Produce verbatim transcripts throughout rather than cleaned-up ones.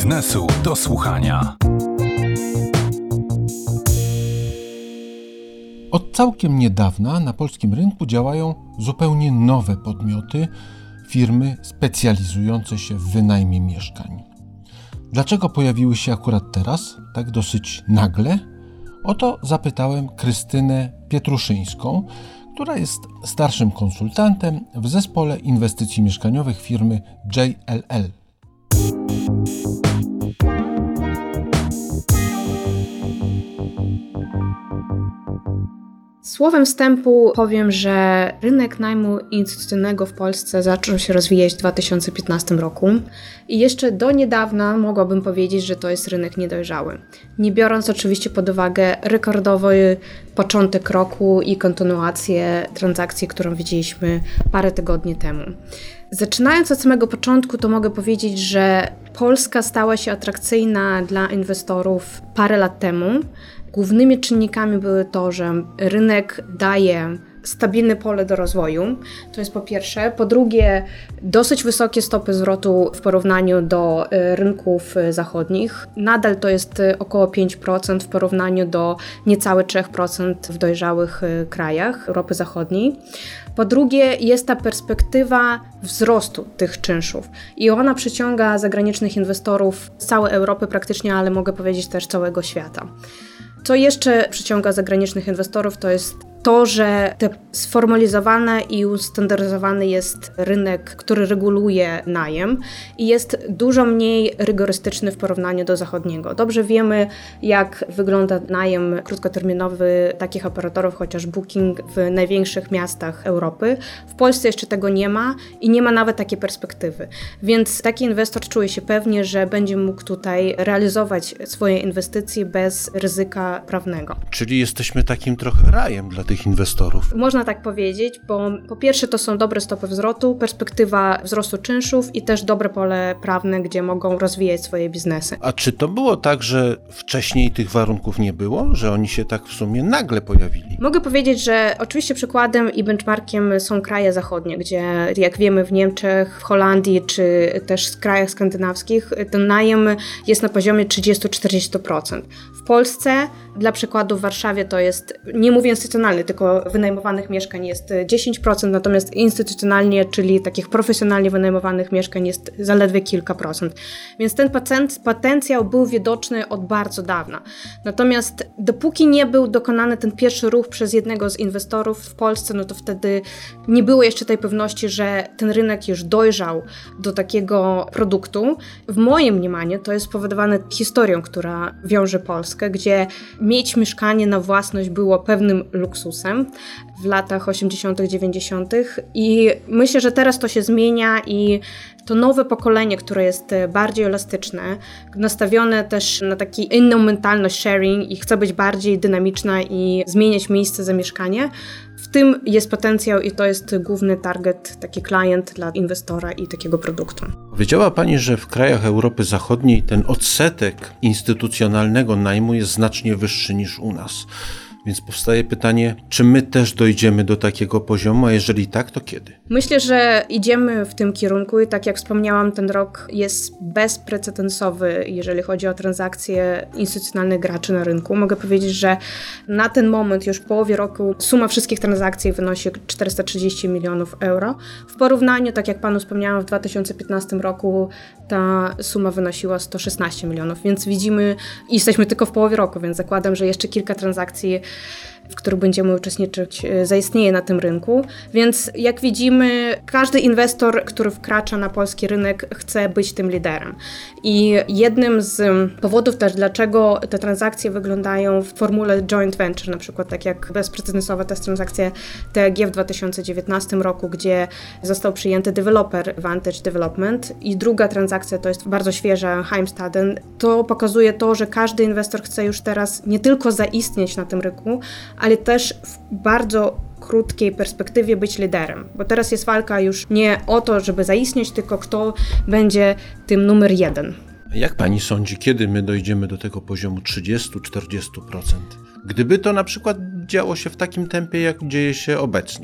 biznesu do słuchania. Od całkiem niedawna na polskim rynku działają zupełnie nowe podmioty, firmy specjalizujące się w wynajmie mieszkań. Dlaczego pojawiły się akurat teraz, tak dosyć nagle? O to zapytałem Krystynę Pietruszyńską, która jest starszym konsultantem w zespole inwestycji mieszkaniowych firmy J L L. Słowem wstępu powiem, że rynek najmu instytucjonalnego w Polsce zaczął się rozwijać w dwa tysiące piętnastym roku i jeszcze do niedawna mogłabym powiedzieć, że to jest rynek niedojrzały. Nie biorąc oczywiście pod uwagę rekordowy początek roku i kontynuację transakcji, którą widzieliśmy parę tygodni temu. Zaczynając od samego początku, to mogę powiedzieć, że Polska stała się atrakcyjna dla inwestorów parę lat temu. Głównymi czynnikami były to, że rynek daje stabilne pole do rozwoju, to jest po pierwsze. Po drugie, dosyć wysokie stopy zwrotu w porównaniu do rynków zachodnich. Nadal to jest około pięć procent w porównaniu do niecałe trzy procent w dojrzałych krajach Europy Zachodniej. Po drugie, jest ta perspektywa wzrostu tych czynszów i ona przyciąga zagranicznych inwestorów z całej Europy praktycznie, ale mogę powiedzieć też całego świata. Co jeszcze przyciąga zagranicznych inwestorów, to jest to, że te sformalizowany i ustandaryzowany jest rynek, który reguluje najem i jest dużo mniej rygorystyczny w porównaniu do zachodniego. Dobrze wiemy, jak wygląda najem krótkoterminowy takich operatorów, chociaż Booking w największych miastach Europy. W Polsce jeszcze tego nie ma i nie ma nawet takiej perspektywy. Więc taki inwestor czuje się pewnie, że będzie mógł tutaj realizować swoje inwestycje bez ryzyka prawnego. Czyli jesteśmy takim trochę rajem dla tych inwestorów. Można tak powiedzieć, bo po pierwsze to są dobre stopy wzrostu, perspektywa wzrostu czynszów i też dobre pole prawne, gdzie mogą rozwijać swoje biznesy. A czy to było tak, że wcześniej tych warunków nie było, że oni się tak w sumie nagle pojawili? Mogę powiedzieć, że oczywiście przykładem i benchmarkiem są kraje zachodnie, gdzie jak wiemy w Niemczech, w Holandii czy też w krajach skandynawskich ten najem jest na poziomie trzydzieści do czterdziestu procent. W Polsce, dla przykładu w Warszawie to jest, nie mówię instytucjonalny, tylko wynajmowanych mieszkań jest dziesięć procent, natomiast instytucjonalnie, czyli takich profesjonalnie wynajmowanych mieszkań jest zaledwie kilka procent. Więc ten potencjał był widoczny od bardzo dawna. Natomiast dopóki nie był dokonany ten pierwszy ruch przez jednego z inwestorów w Polsce, no to wtedy nie było jeszcze tej pewności, że ten rynek już dojrzał do takiego produktu. W moim mniemaniu to jest spowodowane historią, która wiąże Polskę, gdzie mieć mieszkanie na własność było pewnym luksusem w latach osiemdziesiątych, dziewięćdziesiątych i myślę, że teraz to się zmienia i to nowe pokolenie, które jest bardziej elastyczne, nastawione też na taką inną mentalność sharing i chce być bardziej dynamiczna i zmieniać miejsce zamieszkania, w tym jest potencjał i to jest główny target, taki klient dla inwestora i takiego produktu. Powiedziała Pani, że w krajach Europy Zachodniej ten odsetek instytucjonalnego najmu jest znacznie wyższy niż u nas. Więc powstaje pytanie, czy my też dojdziemy do takiego poziomu, a jeżeli tak, to kiedy? Myślę, że idziemy w tym kierunku i tak jak wspomniałam, ten rok jest bezprecedensowy, jeżeli chodzi o transakcje instytucjonalnych graczy na rynku. Mogę powiedzieć, że na ten moment już w połowie roku suma wszystkich transakcji wynosi czterysta trzydzieści milionów euro. W porównaniu, tak jak Panu wspomniałam, w dwa tysiące piętnastym roku ta suma wynosiła sto szesnaście milionów, więc widzimy, i jesteśmy tylko w połowie roku, więc zakładam, że jeszcze kilka transakcji, w których będziemy uczestniczyć, zaistnieje na tym rynku. Więc jak widzimy, każdy inwestor, który wkracza na polski rynek, chce być tym liderem. I jednym z powodów też, dlaczego te transakcje wyglądają w formule joint venture, na przykład tak jak bezprecedensowa to jest transakcja T G w dwa tysiące dziewiętnastym roku, gdzie został przyjęty deweloper Vantage Development i druga transakcja to jest bardzo świeża Heimstaden. To pokazuje to, że każdy inwestor chce już teraz nie tylko zaistnieć na tym rynku, ale też w bardzo krótkiej perspektywie być liderem. Bo teraz jest walka już nie o to, żeby zaistnieć, tylko kto będzie tym numer jeden. Jak Pani sądzi, kiedy my dojdziemy do tego poziomu trzydzieści do czterdziestu procent? Gdyby to na przykład działo się w takim tempie, jak dzieje się obecnie.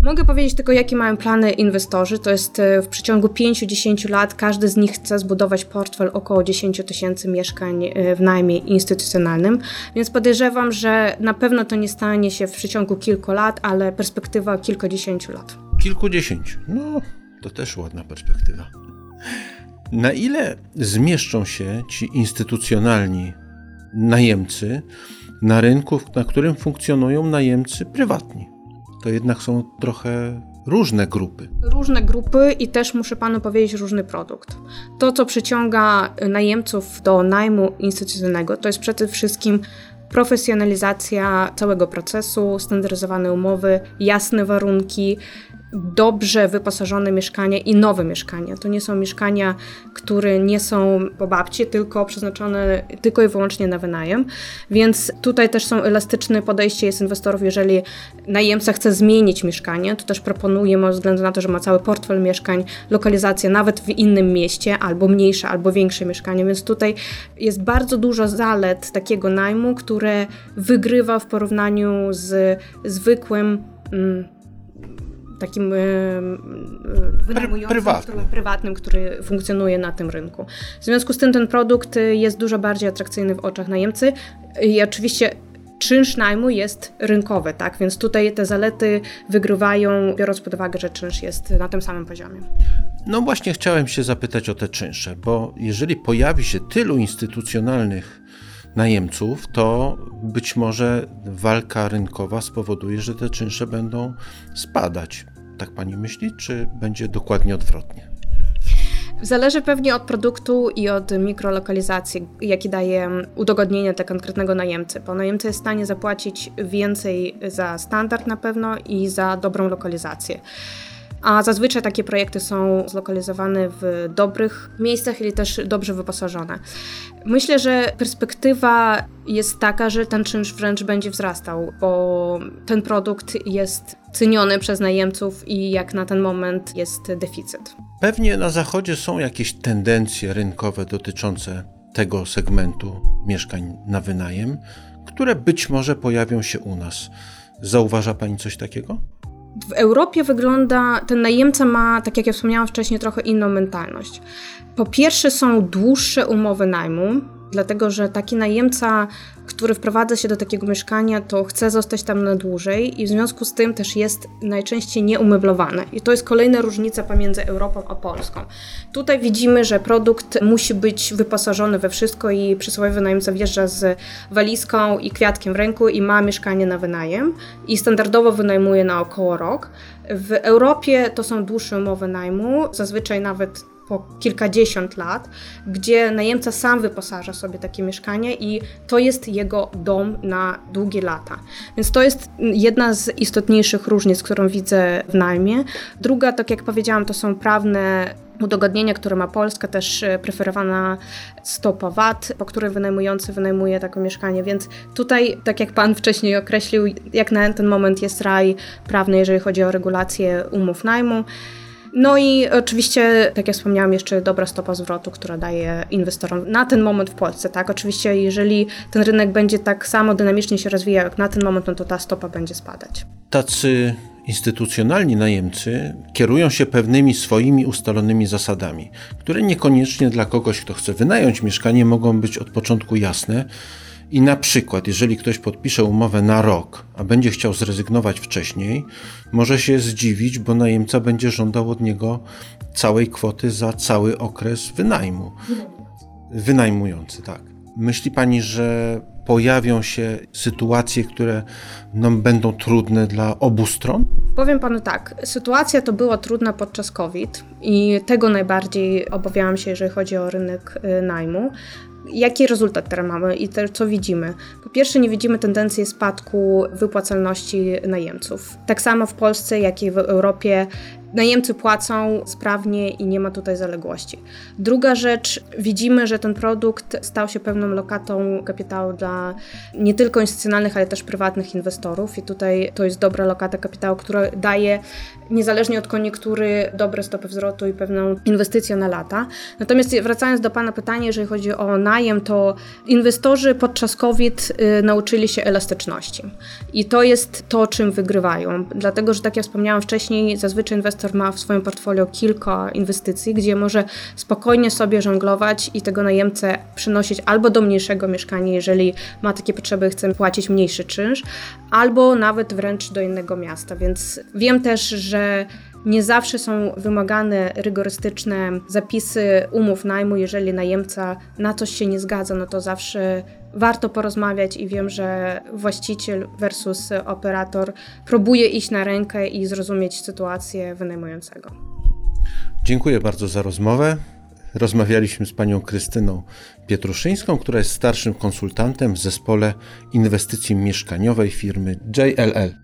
Mogę powiedzieć tylko, jakie mają plany inwestorzy. To jest w przeciągu pięć do dziesięciu lat każdy z nich chce zbudować portfel około dziesięć tysięcy mieszkań w najmie instytucjonalnym, więc podejrzewam, że na pewno to nie stanie się w przeciągu kilku lat, ale perspektywa kilkudziesięciu lat. Kilkudziesięciu. No, to też ładna perspektywa. Na ile zmieszczą się ci instytucjonalni najemcy na rynku, na którym funkcjonują najemcy prywatni? To jednak są trochę różne grupy. Różne grupy i też muszę panu powiedzieć różny produkt. To, co przyciąga najemców do najmu instytucjonalnego, to jest przede wszystkim profesjonalizacja całego procesu, standaryzowane umowy, jasne warunki, dobrze wyposażone mieszkania i nowe mieszkania. To nie są mieszkania, które nie są po babci, tylko przeznaczone tylko i wyłącznie na wynajem. Więc tutaj też są elastyczne podejście jest inwestorów, jeżeli najemca chce zmienić mieszkanie, to też proponuje, ze względu na to, że ma cały portfel mieszkań, lokalizację nawet w innym mieście, albo mniejsze, albo większe mieszkanie. Więc tutaj jest bardzo dużo zalet takiego najmu, które wygrywa w porównaniu z zwykłym mm, takim y, y, wynajmującym, prywatnym. Który, prywatnym, który funkcjonuje na tym rynku. W związku z tym ten produkt jest dużo bardziej atrakcyjny w oczach najemcy i oczywiście czynsz najmu jest rynkowy, tak? Więc tutaj te zalety wygrywają, biorąc pod uwagę, że czynsz jest na tym samym poziomie. No właśnie chciałem się zapytać o te czynsze, bo jeżeli pojawi się tylu instytucjonalnych najemców, to być może walka rynkowa spowoduje, że te czynsze będą spadać. Tak pani myśli, czy będzie dokładnie odwrotnie? Zależy pewnie od produktu i od mikrolokalizacji, jakie daje udogodnienie dla konkretnego najemcy, bo najemca jest w stanie zapłacić więcej za standard na pewno i za dobrą lokalizację. A zazwyczaj takie projekty są zlokalizowane w dobrych miejscach ili też dobrze wyposażone. Myślę, że perspektywa jest taka, że ten czynsz wręcz będzie wzrastał, bo ten produkt jest ceniony przez najemców i jak na ten moment jest deficyt. Pewnie na zachodzie są jakieś tendencje rynkowe dotyczące tego segmentu mieszkań na wynajem, które być może pojawią się u nas. Zauważa pani coś takiego? W Europie wygląda, ten najemca ma, tak jak ja wspomniałam wcześniej, trochę inną mentalność. Po pierwsze są dłuższe umowy najmu, dlatego że taki najemca, który wprowadza się do takiego mieszkania, to chce zostać tam na dłużej i w związku z tym też jest najczęściej nieumeblowany. I to jest kolejna różnica pomiędzy Europą a Polską. Tutaj widzimy, że produkt musi być wyposażony we wszystko i przysłowiowy najemca wjeżdża z walizką i kwiatkiem w ręku i ma mieszkanie na wynajem i standardowo wynajmuje na około rok. W Europie to są dłuższe umowy najmu, zazwyczaj nawet po kilkadziesiąt lat, gdzie najemca sam wyposaża sobie takie mieszkanie i to jest jego dom na długie lata. Więc to jest jedna z istotniejszych różnic, którą widzę w najmie. Druga, tak jak powiedziałam, to są prawne udogodnienia, które ma Polska, też preferowana stopa V A T, po której wynajmujący wynajmuje takie mieszkanie, więc tutaj, tak jak pan wcześniej określił, jak na ten moment jest raj prawny, jeżeli chodzi o regulację umów najmu. No i oczywiście, tak jak wspomniałam, jeszcze dobra stopa zwrotu, która daje inwestorom na ten moment w Polsce, tak? Oczywiście, jeżeli ten rynek będzie tak samo dynamicznie się rozwijał jak na ten moment, no to ta stopa będzie spadać. Tacy instytucjonalni najemcy kierują się pewnymi swoimi ustalonymi zasadami, które niekoniecznie dla kogoś, kto chce wynająć mieszkanie, mogą być od początku jasne. I na przykład, jeżeli ktoś podpisze umowę na rok, a będzie chciał zrezygnować wcześniej, może się zdziwić, bo najemca będzie żądał od niego całej kwoty za cały okres wynajmu. Wynajmujący, tak. Myśli pani, że pojawią się sytuacje, które no, będą trudne dla obu stron? Powiem panu tak, sytuacja to była trudna podczas COVID i tego najbardziej obawiałam się, jeżeli chodzi o rynek najmu. Jaki rezultat teraz mamy i te, co widzimy? Po pierwsze, nie widzimy tendencji spadku wypłacalności najemców. Tak samo w Polsce, jak i w Europie najemcy płacą sprawnie i nie ma tutaj zaległości. Druga rzecz, widzimy, że ten produkt stał się pewną lokatą kapitału dla nie tylko instytucjonalnych, ale też prywatnych inwestorów i tutaj to jest dobra lokata kapitału, która daje niezależnie od koniunktury dobre stopy wzrostu i pewną inwestycję na lata. Natomiast wracając do pana pytania, jeżeli chodzi o najm wynajem, to inwestorzy podczas COVID nauczyli się elastyczności. I to jest to, czym wygrywają. Dlatego, że tak jak wspomniałam wcześniej, zazwyczaj inwestor ma w swoim portfolio kilka inwestycji, gdzie może spokojnie sobie żonglować i tego najemcę przynosić albo do mniejszego mieszkania, jeżeli ma takie potrzeby, chce płacić mniejszy czynsz, albo nawet wręcz do innego miasta. Więc wiem też, że nie zawsze są wymagane rygorystyczne zapisy umów najmu. Jeżeli najemca na coś się nie zgadza, no to zawsze warto porozmawiać i wiem, że właściciel versus operator próbuje iść na rękę i zrozumieć sytuację wynajmującego. Dziękuję bardzo za rozmowę. Rozmawialiśmy z panią Krystyną Pietruszyńską, która jest starszym konsultantem w zespole inwestycji mieszkaniowej firmy J L L.